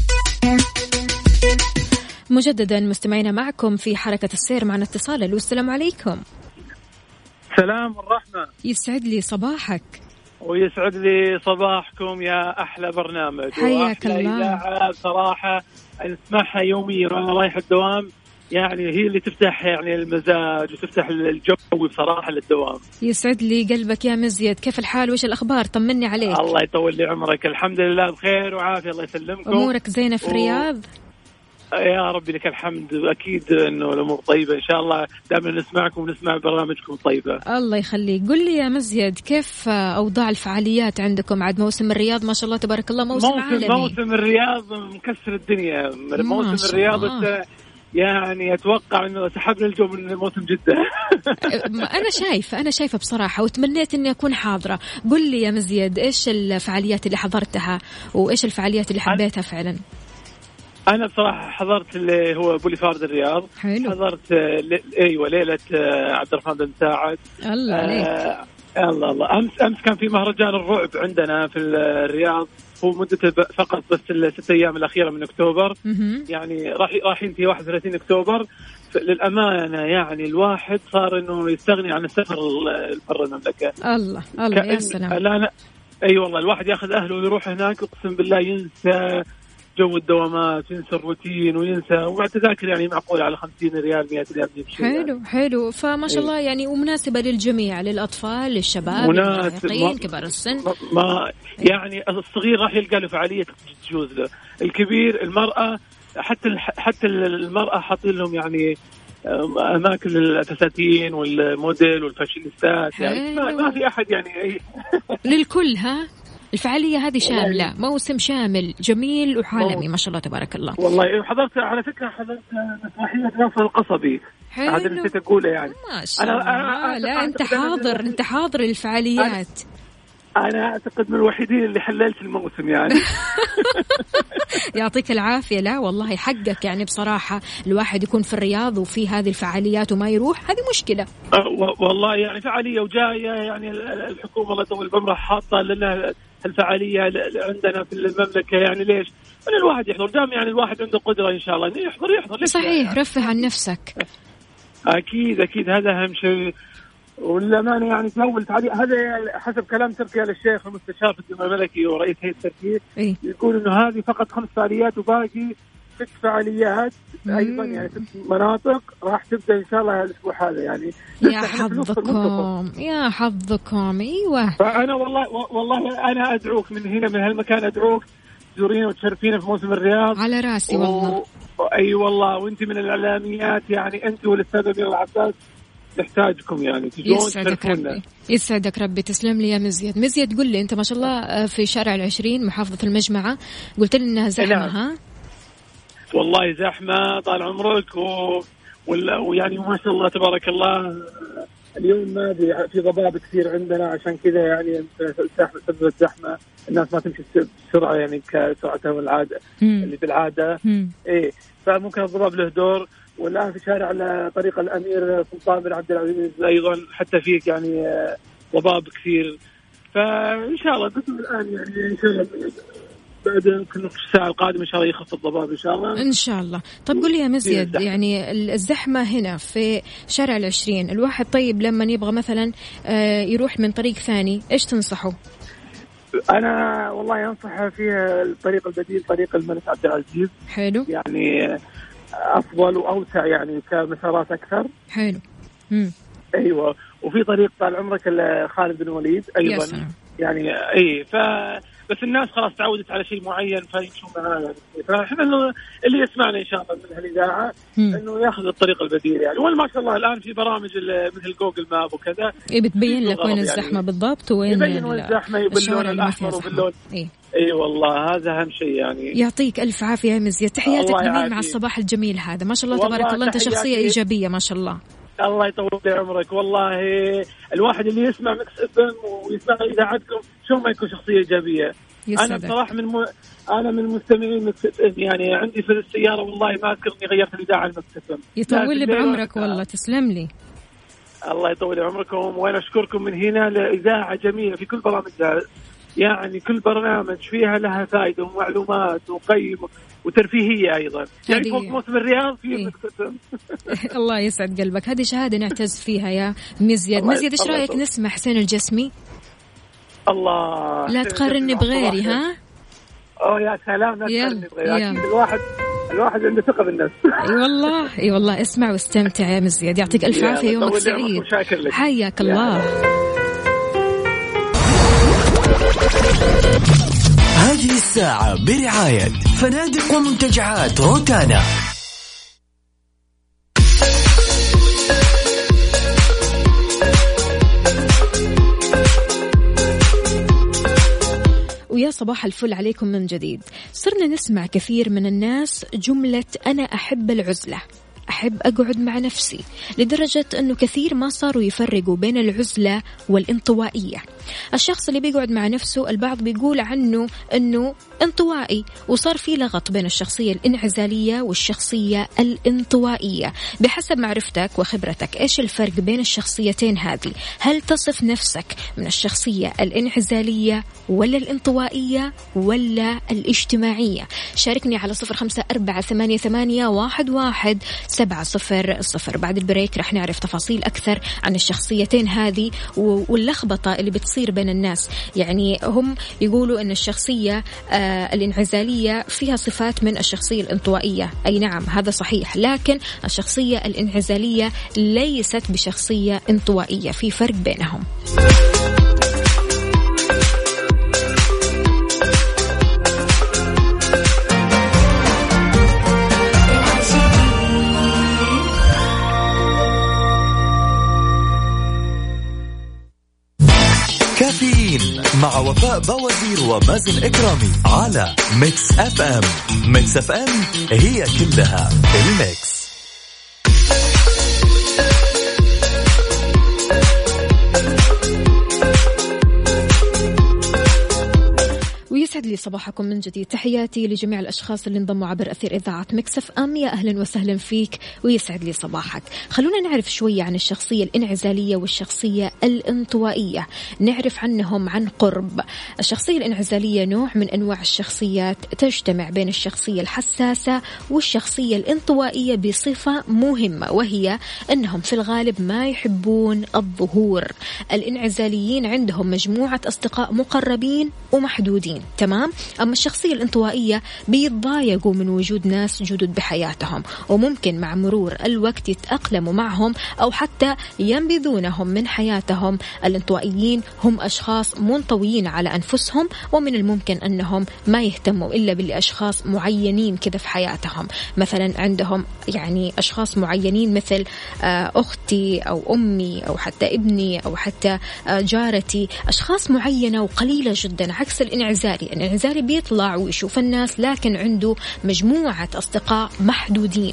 مجددا مستمعينا معكم في حركة السير، معنا اتصال. السلام عليكم. سلام الرحمة. يسعد لي صباحك. ويسعد لي صباحكم يا أحلى برنامج. حياك الله. إذاعة صراحة نسمعها يوميا وأنا رايح الدوام، يعني هي اللي تفتح يعني المزاج وتفتح الجو بصراحة للدوام. يسعد لي قلبك يا مزيد. كيف الحال وإيش الأخبار؟ طمني عليك. الله يطول لي عمرك. الحمد لله بخير وعافية، الله يسلمكم. أمورك زينة في الرياض؟ يا ربي لك الحمد. أكيد إنه الأمور طيبة إن شاء الله، دائما نسمعكم ونسمع برامجكم طيبة. الله يخليك. قل لي يا مزيد، كيف أوضاع الفعاليات عندكم؟ عاد موسم الرياض ما شاء الله تبارك الله، موسم عالمي. موسم الرياض مكسر الدنيا. موسم الرياض يعني أتوقع إنه سحبنا الجو من موسم جدة. أنا شايفة بصراحة، وتمنيت إني أكون حاضرة. قل لي يا مزيد، إيش الفعاليات اللي حضرتها وإيش الفعاليات اللي حبيتها فعلا؟ أنا بصراحة حضرت اللي هو بوليفارد الرياض. حلو. حضرت ليلة عبد الرحمن بن ساعد. الله عليك. الله. أمس كان في مهرجان الرعب عندنا في الرياض، هو مدته فقط بس 6 أيام الأخيرة من أكتوبر. يعني راح ينتهي 31 أكتوبر. للأمانة يعني الواحد صار إنه يستغني عن السفر برا المملكة. الله يا سلام. أي والله الواحد يأخذ أهله ويروح هناك، أقسم بالله ينسى جو الدوامات، ينسى الروتين وينسى، ومع تذاكر يعني معقولة على 50 ريال 100 ريال يمشي. حلو. فما شاء الله يعني، ومناسبة للجميع، للأطفال، للشباب، للمراهقين، كبار السن. ما يعني الصغير راح يلقى له فعالية تجوز له، الكبير، المرأة، حتى المرأة حاطين لهم يعني أماكن الفساتين والموديل والفاشينيستات، يعني ما في أحد يعني للكل. الفعالية هذه شاملة، موسم شامل جميل وعالمي ما شاء الله تبارك الله. والله حضرت على فكرة، حضرت مسرحية ناصر القصبي. هذا اللي تقوله يعني. ما شاء الله. لا أنت حاضر الفعاليات. أنا أعتقد من الوحيدين اللي حللت الموسم يعني. يعطيك العافية. لا والله حقك يعني، بصراحة الواحد يكون في الرياض وفي هذه الفعاليات وما يروح، هذه مشكلة. والله يعني فعالية وجاية، يعني الحكومة الله يطول بعمرها حاطة لنا الفعالية عندنا في المملكة. يعني ليش؟ من الواحد يحضر دام يعني الواحد عنده قدرة إن شاء الله إنه يحضر. صحيح يعني رفه عن نفسك. أكيد هذا أهم شيء. والأمانة يعني تأول فعالية، هذا حسب كلام تركي آل الشيخ المستشار في الديوان الملكي ورئيس هيئة تركيا، يقول إنه هذه فقط 5 فعاليات وباقي 6 فعاليات أيضا، يعني 6 مناطق راح تبدأ إن شاء الله الأسبوع هذا. يعني يا حظكم. أيوة. فأنا والله أنا أدعوك من هنا، من هالمكان أدعوك تزورينا وتشرفينا في موسم الرياض. على راسي والله. أي والله. وأنت من الإعلاميات يعني، أنت والأستاذ أمير العباس نحتاجكم يعني، تجون تشرفونا. يسعدك ربي. تسلم لي يا مزيد. قل لي أنت ما شاء الله في شارع 20 محافظة المجمعة، قلت لي إنها زحمة. والله زحمة طال عمرك ويعني ما شاء الله تبارك الله. اليوم ما في ضباب كثير عندنا، عشان كذا يعني سبب زحمة، الناس ما تمشي بسرعة يعني كسرعتها العادة اللي بالعادة. إيه، فممكن الضباب له دور. والآن في شارع طريق الأمير سلطان بن عبد العزيز أيضا حتى فيك يعني ضباب كثير. فإن شاء الله قلت الآن يعني إن شاء الله بعد يمكن نصف الساعة القادمة إن شاء الله يخف الضباب إن شاء الله. إن شاء الله. طب قل لي يا مزيد، يعني الزحمة هنا في شارع 20، الواحد طيب لما يبغى مثلا يروح من طريق ثاني، إيش تنصحه؟ أنا والله أنصح فيها الطريق البديل، طريق الملك عبد العزيز. حلو. يعني أفضل وأوسع يعني كمسارات أكثر. حلو. أيوة. وفي طريق طال عمرك خالد بن وليد أيضا. يعني أي بس الناس خلاص تعودت على شيء معين فيمشوا معاه يعني. فاحنا اللي يسمعنا ان شاء الله من هالاذاعه انه ياخذ الطريق البديل يعني. وما شاء الله الان في برامج مثل جوجل ماب وكذا بتبين لك وين الزحمه يعني بالضبط وين يبين وين الزحمه باللون الاحمر وباللون اي والله هذا اهم شيء يعني. يعطيك الف عافيه يا مزيد، تحياتك لمين مع الصباح الجميل هذا؟ ما شاء الله تبارك الله، انت شخصيه ايجابيه ما شاء الله. الله يطول لي عمرك. والله الواحد اللي يسمع مكس FM ويسمع اذاعتكم شو ما يكون شخصيه ايجابيه. انا بصراحه انا من مستمعين مكس FM يعني. عندي في السياره والله ما اذكر اني غيرت الاذاعه المكس FM. يطول لي بعمرك والله، تسلم لي. الله يطول لي عمركم، وانا اشكركم من هنا لاذاعه جميله في كل برامجها يعني. كل برنامج فيها لها فائده ومعلومات وقيم وترفيهيه ايضا يعني. فوق موسم الرياض في مكتسب. الله يسعد قلبك، هذه شهاده نعتز فيها يا مزيد. مزيد ايش رايك نسمع حسين الجسمي؟ الله لا تقارني بغيري. ها يا سلام، لا تقارني بغيري. اكيد الواحد عنده ثقه بالنفس. اي والله اسمع واستمتع يا مزيد، يعطيك الف عافيه، يومك سعيد، حياك الله. هذه الساعة برعاية فنادق ومنتجعات روتانا. ويا صباح الفل عليكم من جديد. صرنا نسمع كثير من الناس جملة أنا أحب العزلة، أحب أقعد مع نفسي، لدرجة أنه كثير ما صاروا يفرقوا بين العزلة والانطوائية. الشخص اللي بيقعد مع نفسه البعض بيقول عنه أنه انطوائي، وصار في لغط بين الشخصية الانعزالية والشخصية الانطوائية. بحسب معرفتك وخبرتك إيش الفرق بين الشخصيتين هذه؟ هل تصف نفسك من الشخصية الانعزالية ولا الانطوائية ولا الاجتماعية؟ شاركني على 0548811700. بعد البريك رح نعرف تفاصيل أكثر عن الشخصيتين هذه واللخبطة اللي بتصير بين الناس. يعني هم يقولوا أن الشخصية الانعزالية فيها صفات من الشخصية الانطوائية، أي نعم هذا صحيح، لكن الشخصية الانعزالية ليست بشخصية انطوائية، في فرق بينهم. كافيين مع وفاء بوازير ومازن إكرامي على ميكس FM. ميكس FM هي كلها الميكس. ويسعد لي صباحكم من جديد. تحياتي لجميع الأشخاص اللي انضموا عبر أثير إذاعة ميكس اف ام. يا أهلا وسهلا فيك ويسعد لي صباحك. خلونا نعرف شوية عن الشخصية الانعزالية والشخصية الانطوائية، نعرف عنهم عن قرب. الشخصية الانعزالية نوع من أنواع الشخصيات تجتمع بين الشخصية الحساسة والشخصية الانطوائية بصفة مهمة، وهي أنهم في الغالب ما يحبون الظهور. الانعزاليين عندهم مجموعة أصدقاء مقربين ومحدودين، تمام؟ أما الشخصية الانطوائية بيتضايقوا من وجود ناس جدد بحياتهم، وممكن مع مرور الوقت يتأقلموا معهم أو حتى ينبذونهم من حياتهم. الانطوائيين هم أشخاص منطويين على أنفسهم، ومن الممكن أنهم ما يهتموا إلا بالأشخاص معينين كذا في حياتهم. مثلا عندهم يعني أشخاص معينين مثل أختي أو أمي أو حتى ابني أو حتى جارتي، أشخاص معينة وقليلة جدا، عكس الانعزالي بيطلع ويشوف الناس، لكن عنده مجموعة أصدقاء محدودين.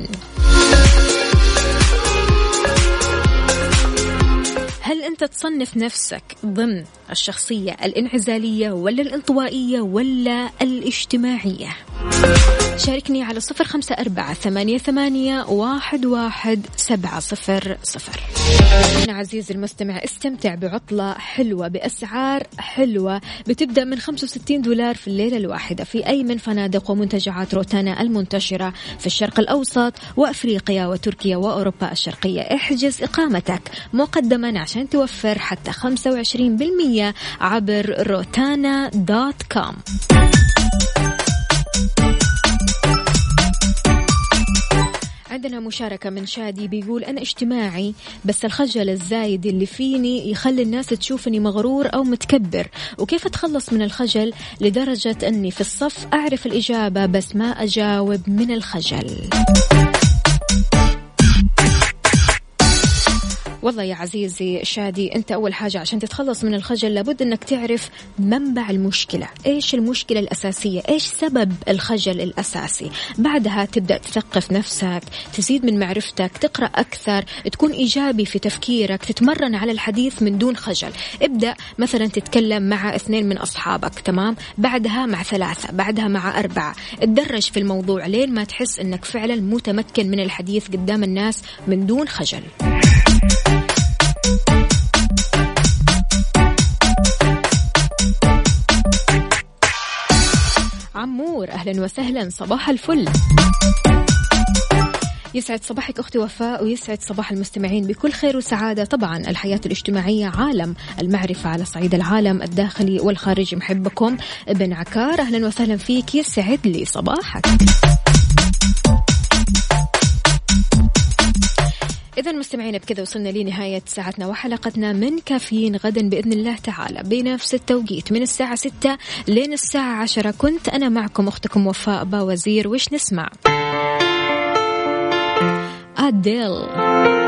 هل أنت تصنف نفسك ضمن الشخصية الانعزالية ولا الانطوائية ولا الاجتماعية؟ شاركني على 0548811700. أنا عزيزي المستمع استمتع بعطلة حلوة بأسعار حلوة بتبدأ من $65 في الليلة الواحدة في أي من فنادق ومنتجعات روتانا المنتشرة في الشرق الأوسط وأفريقيا وتركيا وأوروبا الشرقية. احجز إقامتك مقدما عشان توفر حتى 25% عبر rotana.com. عندنا مشاركة من شادي بيقول أنا اجتماعي بس الخجل الزايد اللي فيني يخلي الناس تشوفني مغرور أو متكبر. وكيف أتخلص من الخجل لدرجة أني في الصف أعرف الإجابة بس ما أجاوب من الخجل؟ والله يا عزيزي شادي، أنت أول حاجة عشان تتخلص من الخجل لابد أنك تعرف منبع المشكلة، إيش المشكلة الأساسية، إيش سبب الخجل الأساسي. بعدها تبدأ تثقف نفسك، تزيد من معرفتك، تقرأ أكثر، تكون إيجابي في تفكيرك، تتمرن على الحديث من دون خجل. ابدأ مثلا تتكلم مع 2 من أصحابك، تمام، بعدها مع 3، بعدها مع 4، تدرج في الموضوع لين ما تحس أنك فعلا متمكن من الحديث قدام الناس من دون خجل. عمور أهلا وسهلا، صباح الفل، يسعد صباحك أختي وفاء ويسعد صباح المستمعين بكل خير وسعادة. طبعا الحياة الاجتماعية عالم المعرفة على صعيد العالم الداخلي والخارجي. محبكم ابن عكار، أهلا وسهلا فيك، يسعد لي صباحك. إذا مستمعين بكذا وصلنا لنهاية ساعتنا وحلقتنا من كافيين. غدا بإذن الله تعالى بنفس التوقيت من الساعة 6 لين الساعة 10 كنت أنا معكم أختكم وفاء باوزير. وش نسمع؟ أديل.